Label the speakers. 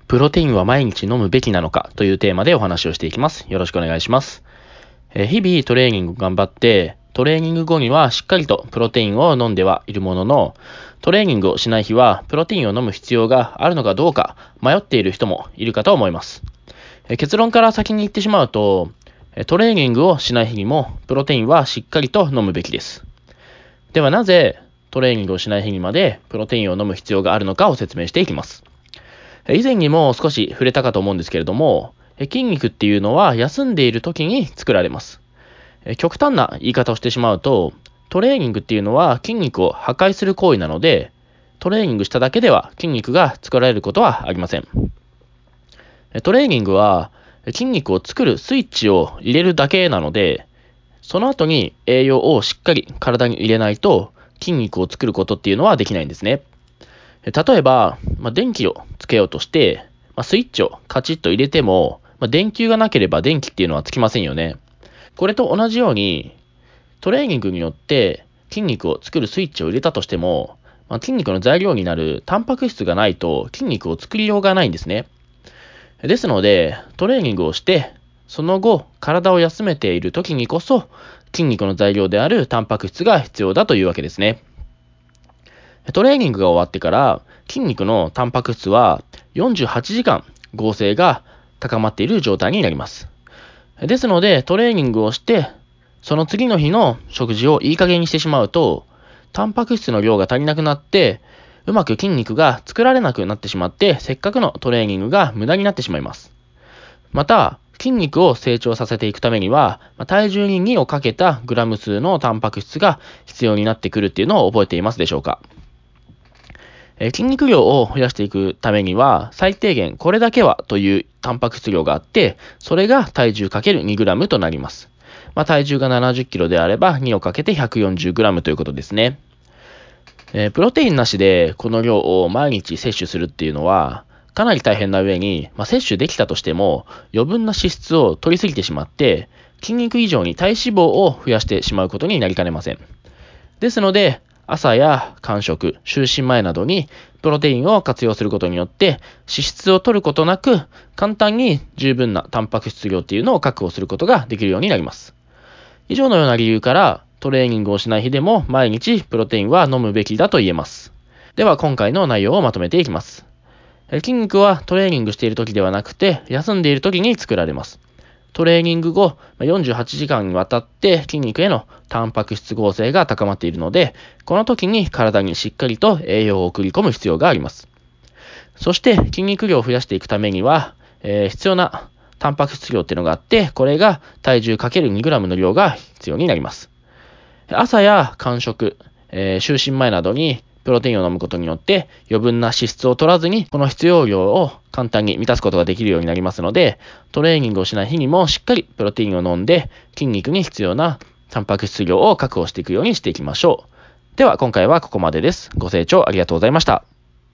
Speaker 1: プロテインは毎日飲むべきなのかというテーマでお話をしていきます。よろしくお願いします。日々トレーニングを頑張って、トレーニング後にはしっかりとプロテインを飲んではいるものの、トレーニングをしない日はプロテインを飲む必要があるのかどうか迷っている人もいるかと思います。結論から先に言ってしまうと、トレーニングをしない日にもプロテインはしっかりと飲むべきです。ではなぜトレーニングをしない日にまでプロテインを飲む必要があるのかを説明していきます。以前にも少し触れたかと思うんですけれども、筋肉っていうのは休んでいる時に作られます。極端な言い方をしてしまうと、トレーニングっていうのは筋肉を破壊する行為なので、トレーニングしただけでは筋肉が作られることはありません。トレーニングは筋肉を作るスイッチを入れるだけなので、その後に栄養をしっかり体に入れないと筋肉を作ることっていうのはできないんですね。例えば、電気をつけようとして、スイッチをカチッと入れても、電球がなければ電気っていうのはつきませんよね。これと同じように、トレーニングによって筋肉を作るスイッチを入れたとしても、筋肉の材料になるタンパク質がないと筋肉を作りようがないんですね。ですので、トレーニングをして、その後、体を休めている時にこそ、筋肉の材料であるタンパク質が必要だというわけですね。トレーニングが終わってから筋肉のタンパク質は48時間合成が高まっている状態になります。ですのでトレーニングをしてその次の日の食事をいい加減にしてしまうとタンパク質の量が足りなくなってうまく筋肉が作られなくなってしまってせっかくのトレーニングが無駄になってしまいます。また筋肉を成長させていくためには体重に2をかけたグラム数のタンパク質が必要になってくるっていうのを覚えていますでしょうか。筋肉量を増やしていくためには最低限これだけはというタンパク質量があってそれが体重 ×2g となります。体重が70キロであれば2をかけて 140g ということですね。プロテインなしでこの量を毎日摂取するっていうのはかなり大変な上に、摂取できたとしても余分な脂質を取りすぎてしまって筋肉以上に体脂肪を増やしてしまうことになりかねません。ですので朝や間食、就寝前などにプロテインを活用することによって脂質を取ることなく簡単に十分なタンパク質量っていうのを確保することができるようになります。以上のような理由からトレーニングをしない日でも毎日プロテインは飲むべきだと言えます。では今回の内容をまとめていきます。筋肉はトレーニングしている時ではなくて休んでいる時に作られます。トレーニング後、48時間にわたって筋肉へのタンパク質合成が高まっているので、この時に体にしっかりと栄養を送り込む必要があります。そして筋肉量を増やしていくためには、必要なタンパク質量っていうのがあって、これが体重 ×2g の量が必要になります。朝や間食、就寝前などにプロテインを飲むことによって余分な脂質を取らずにこの必要量を簡単に満たすことができるようになりますので、トレーニングをしない日にもしっかりプロテインを飲んで筋肉に必要なタンパク質量を確保していくようにしていきましょう。では今回はここまでです。ご清聴ありがとうございました。